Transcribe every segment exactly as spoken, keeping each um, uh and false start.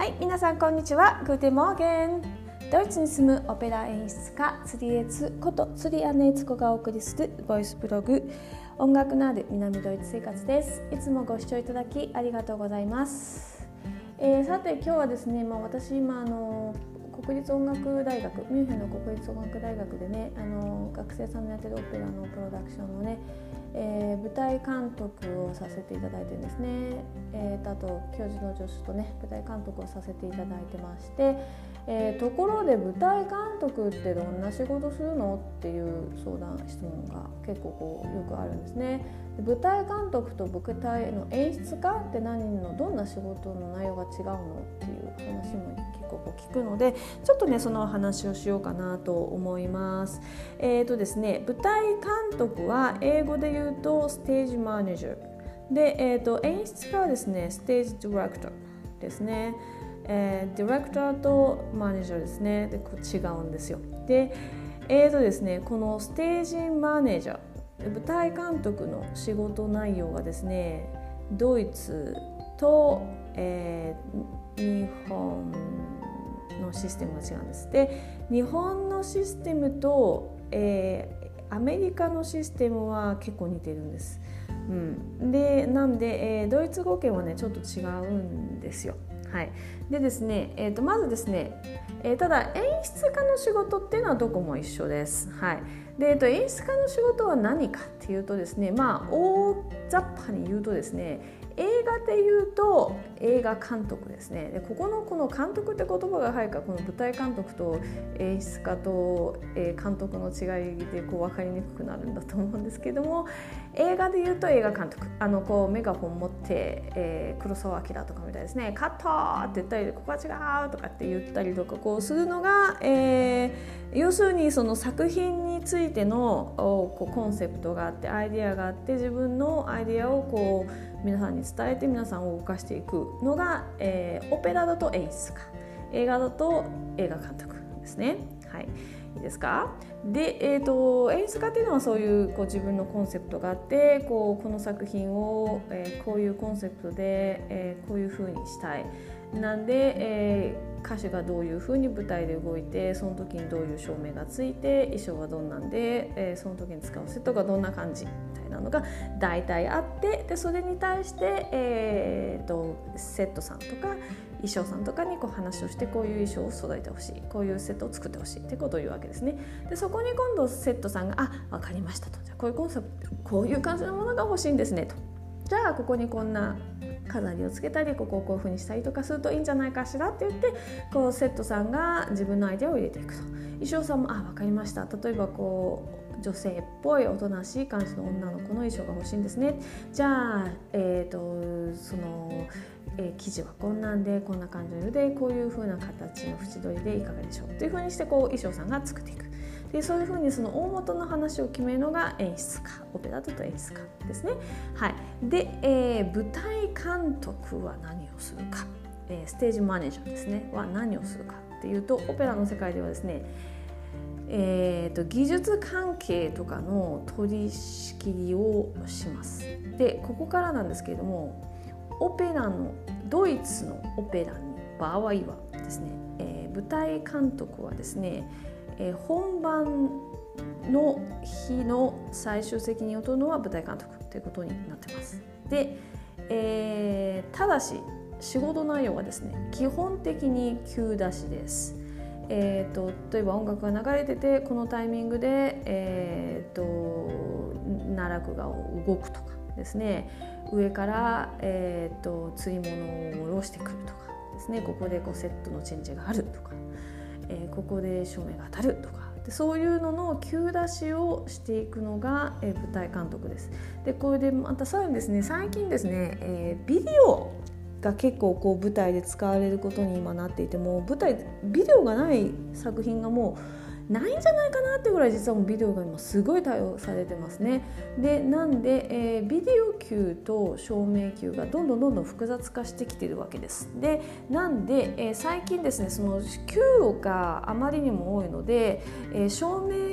はい、皆さんこんにちは。グーテンモーゲン。ドイツに住むオペラ演出家釣りエツこと釣り姉悦子がお送りするボイスブログ、音楽のある南ドイツ生活です。いつもご視聴いただきありがとうございます。えー、さて今日はですね、まあ、私今あの国立音楽大学ミュンヘンの国立音楽大学でね、あの学生さんのやってるオペラのプロダクションのね、えー、舞台監督をさせていただいてるんですね。えー、とあと教授の助手とね舞台監督をさせていただいてまして、えー、ところで舞台監督ってどんな仕事するのっていう相談質問が結構こうよくあるんですね。で舞台監督と舞台の演出家って何のどんな仕事の内容が違うのっていう話も結構こう聞くので、ちょっとねその話をしようかなと思います。えーとですね、舞台監督は英語で言うとステージマネージャーで、えーと演出家はですねステージディレクターですね。えー、ディレクターとマネージャーですね。でこう違うんですよ。で、えーとですね、このステージマネージャー舞台監督の仕事内容がですね、ドイツと、えー、日本のシステムが違うんです。で、日本のシステムと、えー、アメリカのシステムは結構似てるんです。うん、でなんで、えー、ドイツ語圏はねちょっと違うんですよ。はい、でですね、えー、とまずですね、えー、ただ演出家の仕事っていうのはどこも一緒です。はい、で、えー、と演出家の仕事は何かっていうとですね、まあ大雑把に言うとですね、映画で言うと映画監督ですね。でここのこの監督って言葉が入るからこの舞台監督と演出家と監督の違いでこう分かりにくくなるんだと思うんですけども、映画で言うと映画監督、あのこうメガホン持って、えー、黒澤明とかみたいですね、カットーって言ったりここは違うとかって言ったりとかこうするのが、えー、要するにその作品についてのこうコンセプトがあってアイデアがあって、自分のアイデアをこう皆さんに伝えて皆さんを動かしていくのが、えー、オペラだと演出家、映画だと映画監督ですね。はい、いいですか。で、えーと、演出家っていうのはそういう、こう自分のコンセプトがあって、こうこの作品を、えー、こういうコンセプトで、えー、こういう風にしたいなんで、えー、歌手がどういう風に舞台で動いて、その時にどういう照明がついて、衣装はどんなんで、えー、その時に使うセットがどんな感じみたいなのが大体あって、でそれに対して、えーと、セットさんとか衣装さんとかにこう話をして、こういう衣装を揃えてほしい、こういうセットを作ってほしいってことを言うわけですね。でそこに今度セットさんがあ分かりましたと、じゃあこういうコンセプト、こういう感じのものが欲しいんですねと、じゃあここにこんな飾りをつけたり、ここをこういう風にしたりとかするといいんじゃないかしらって言って、こうセットさんが自分のアイデアを入れていくと、衣装さんもあ分かりました、例えばこう女性っぽいおとなしい感じの女の子の衣装が欲しいんですね、じゃあ、えーとそのえー、生地はこんなんでこんな感じの色でこういう風な形の縁取りでいかがでしょうという風にして、こう衣装さんが作っていく。でそういう風にその大元の話を決めるのが演出家、オペラだと演出家ですね。はい、で、えー、舞台監督は何をするか、えー、ステージマネージャーですねは何をするかっていうと、オペラの世界ではですね、えー、と技術関係とかの取り仕切りをします。でここからなんですけれども、オペラのドイツのオペラの場合はですね、えー、舞台監督はですね、えー、本番の日の最終責任を取るのは舞台監督ということになってます。で、えー、ただし仕事内容はですね基本的に急出しです。えー、と例えば音楽が流れてて、このタイミングで、えー、と奈落が動くとかですね、上から、えー、と釣り物を下ろしてくるとかですね、ここでこうセットのチェンジがあるとか、えー、ここで照明が当たるとかで、そういうのの急出しをしていくのが、えー、舞台監督です。でこれでまたさらにですね、最近ですね、えー、ビデオが結構こう舞台で使われることに今なっていて、も舞台ビデオがない作品がもうないんじゃないかなってぐらい、実はもうビデオが今すごい対応されてますね。でなんで、えー、ビデオ級と照明級がどんどんどんどん複雑化してきているわけです。でなんで、えー、最近ですね、その級があまりにも多いので、えー、照明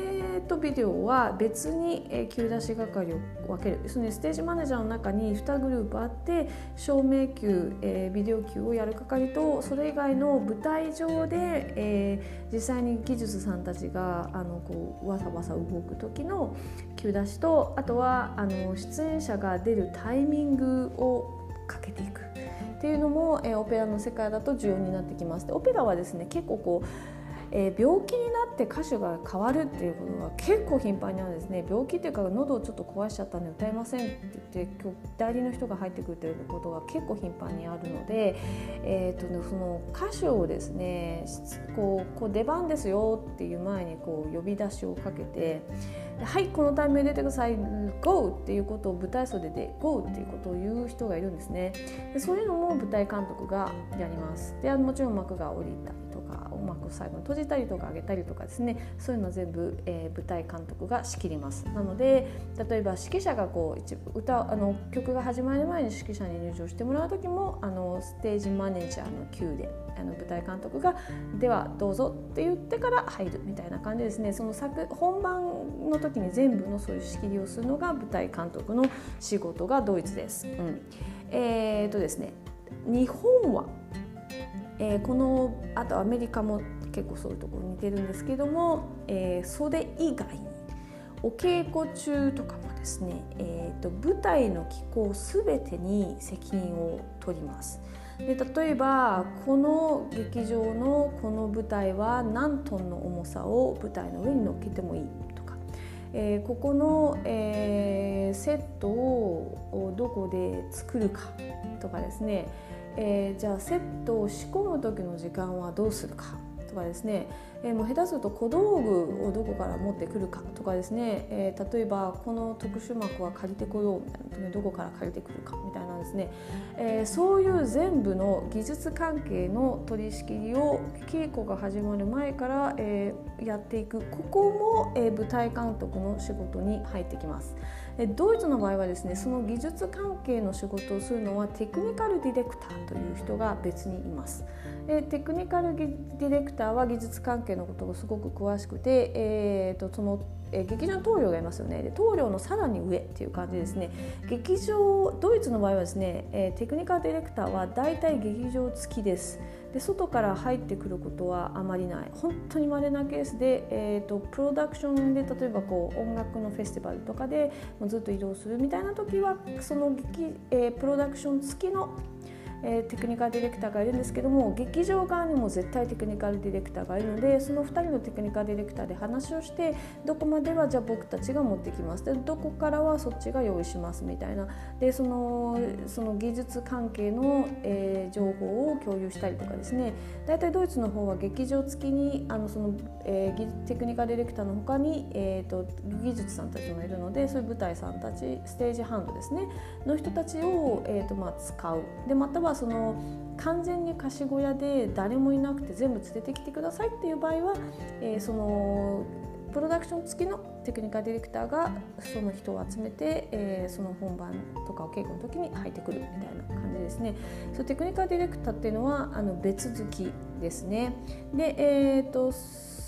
とビデオは別に、えー、急出し係を分ける。そのステージマネージャーの中ににグループあって、照明級、えー、ビデオ級をやる係と、それ以外の舞台上で、えー、実際に技術さんたちがあのこうわさわさ動く時の急出しと、あとはあの出演者が出るタイミングをかけていくっていうのも、えー、オペラの世界だと重要になってきます。でオペラはですね、結構こうえー、病気になって歌手が変わるっていうことが結構頻繁にあるんですね。病気っていうか喉をちょっと壊しちゃったんで歌えませんって言って今日代理の人が入ってくるということが結構頻繁にあるので、えーとね、その歌手をですねこう、こう出番ですよっていう前にこう呼び出しをかけて、はいこのタイミングで出てください ゴー っていうことを舞台袖で ゴー っていうことを言う人がいるんですね。でそういうのも舞台監督がやります。でもちろん幕が降りたりとか音楽を最後に閉じたりとか上げたりとかですね、そういうの全部、えー、舞台監督が仕切ります。なので例えば指揮者がこう一部歌あの曲が始まる前に指揮者に入場してもらう時もあのステージマネージャーの級であの舞台監督がではどうぞって言ってから入るみたいな感じですね。その作本番の時に全部のそういう仕切りをするのが舞台監督の仕事がドイツです。うん、えーとですね日本は、えー、このあとアメリカも結構そういうところ似てるんですけども、えー、袖以外にお稽古中とかもですね、えーと舞台の機構すべてに責任を取ります。で例えばこの劇場のこの舞台は何トンの重さを舞台の上に乗っけてもいいとか、えー、ここの、えー、セットをどこで作るかとかですね、えー、じゃあセットを仕込む時の時間はどうするかとかですね、えー、もう下手すると小道具をどこから持ってくるかとかですね、えー、例えばこの特殊幕は借りてこようみたいな、どこから借りてくるかみたいなですね、えー、そういう全部の技術関係の取り仕切りを稽古が始まる前から、えー、やっていく。ここも、えー、舞台監督の仕事に入ってきます。ドイツの場合はですね、その技術関係の仕事をするのはテクニカルディレクターという人が別にいます。でテクニカルディレクターは技術関係のことがすごく詳しくて、えー、とそのえ劇場の棟梁がいますよね。で棟梁のさらに上っていう感じですね。劇場ドイツの場合はですね、えテクニカルディレクターはだいたい劇場付きです。で外から入ってくることはあまりない。本当に稀なケースで、えー、とプロダクションで例えばこう音楽のフェスティバルとかでもうずっと移動するみたいな時はその劇、えー、プロダクション付きのえー、テクニカルディレクターがいるんですけども、劇場側にも絶対テクニカルディレクターがいるので、そのふたりのテクニカルディレクターで話をして、どこまではじゃあ僕たちが持ってきます、でどこからはそっちが用意しますみたいな、でそのその技術関係の、えー、情報を共有したりとかですね。だいたいドイツの方は劇場付きにあのその、えー、テクニカルディレクターの他に、えー、と技術さんたちもいるので、そういう舞台さんたちステージハンドですねの人たちを、えーとまあ、使う。でまたはその完全に貸し小屋で誰もいなくて全部連れてきてくださいっていう場合は、えー、そのプロダクション付きのテクニカルディレクターがその人を集めて、えー、その本番とかお稽古の時に入ってくるみたいな感じですね。そうテクニカルディレクターっていうのはあの別付きですね。で、えーと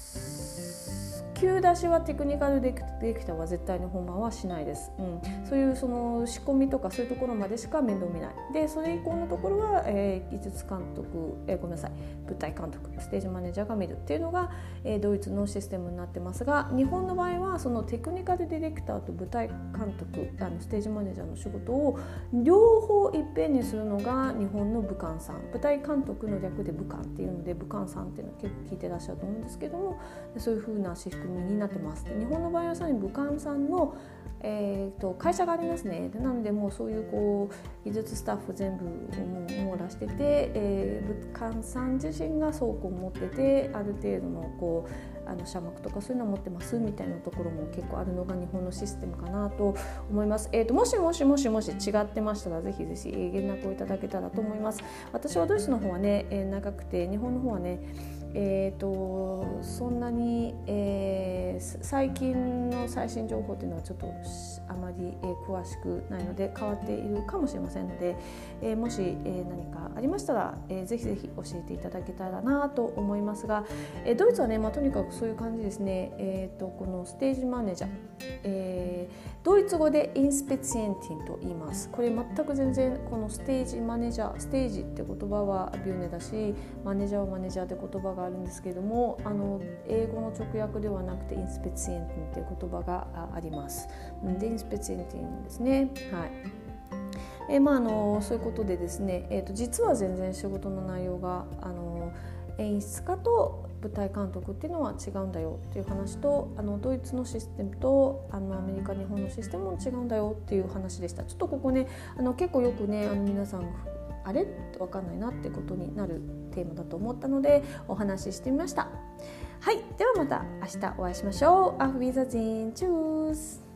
急出しはテクニカルディレクターは絶対に本番はしないです、うん、そういうその仕込みとかそういうところまでしか面倒見ない。でそれ以降のところは、えー、技術監督、えー、ごめんなさい舞台監督ステージマネージャーが見るっていうのが、えー、ドイツのシステムになってますが、日本の場合はそのテクニカルディレクターと舞台監督あのステージマネージャーの仕事を両方いっぺんにするのが日本の武官さん、舞台監督の略で武官っていうので武官さんっていうのを結構聞いてらっしゃると思うんですけども、そういう風なシステムになってます。で日本の場合はさらに武官さんの、えー、と会社がありますね。でなのでもうそういうこう技術スタッフ全部を網羅してて、えー、武官さん自身が倉庫を持ってて、ある程度のこうあの社幕とかそういうのを持ってますみたいなところも結構あるのが日本のシステムかなと思います。えー、ともしもしもしもし違ってましたらぜひぜひ連絡をいただけたらと思います。私はドイツの方はね、えー、長くて日本の方はねえー、とそんなに、えー、最近の最新情報というのはちょっとあまり、えー、詳しくないので変わっているかもしれませんので、えー、もし、えー、何かありましたら、えー、ぜひぜひ教えていただけたらなと思いますが、えー、ドイツはね、まあ、とにかくそういう感じですね。えー、とこのステージマネージャー、えー、ドイツ語でインスペツィエンティンと言います。これ全く全然このステージマネージャー、ステージって言葉はビューネだし、マネージャーはマネージャーって言葉があるんですけれども、あの英語の直訳ではなくてインスペツィエンティンっていう言葉があります。でインスペツィエンティンですね。はい。えーまあ、あのそういうことでですね、えー、と実は全然仕事の内容があの演出家と舞台監督っていうのは違うんだよっていう話と、あのドイツのシステムとあのアメリカ日本のシステムも違うんだよっていう話でした。ちょっとここね、あの結構よくね、あの皆さんあれって分かんないなってことになるテーマだと思ったのでお話ししてみました。はい、ではまた明日お会いしましょう。Auf Wiedersehen. Tschüss.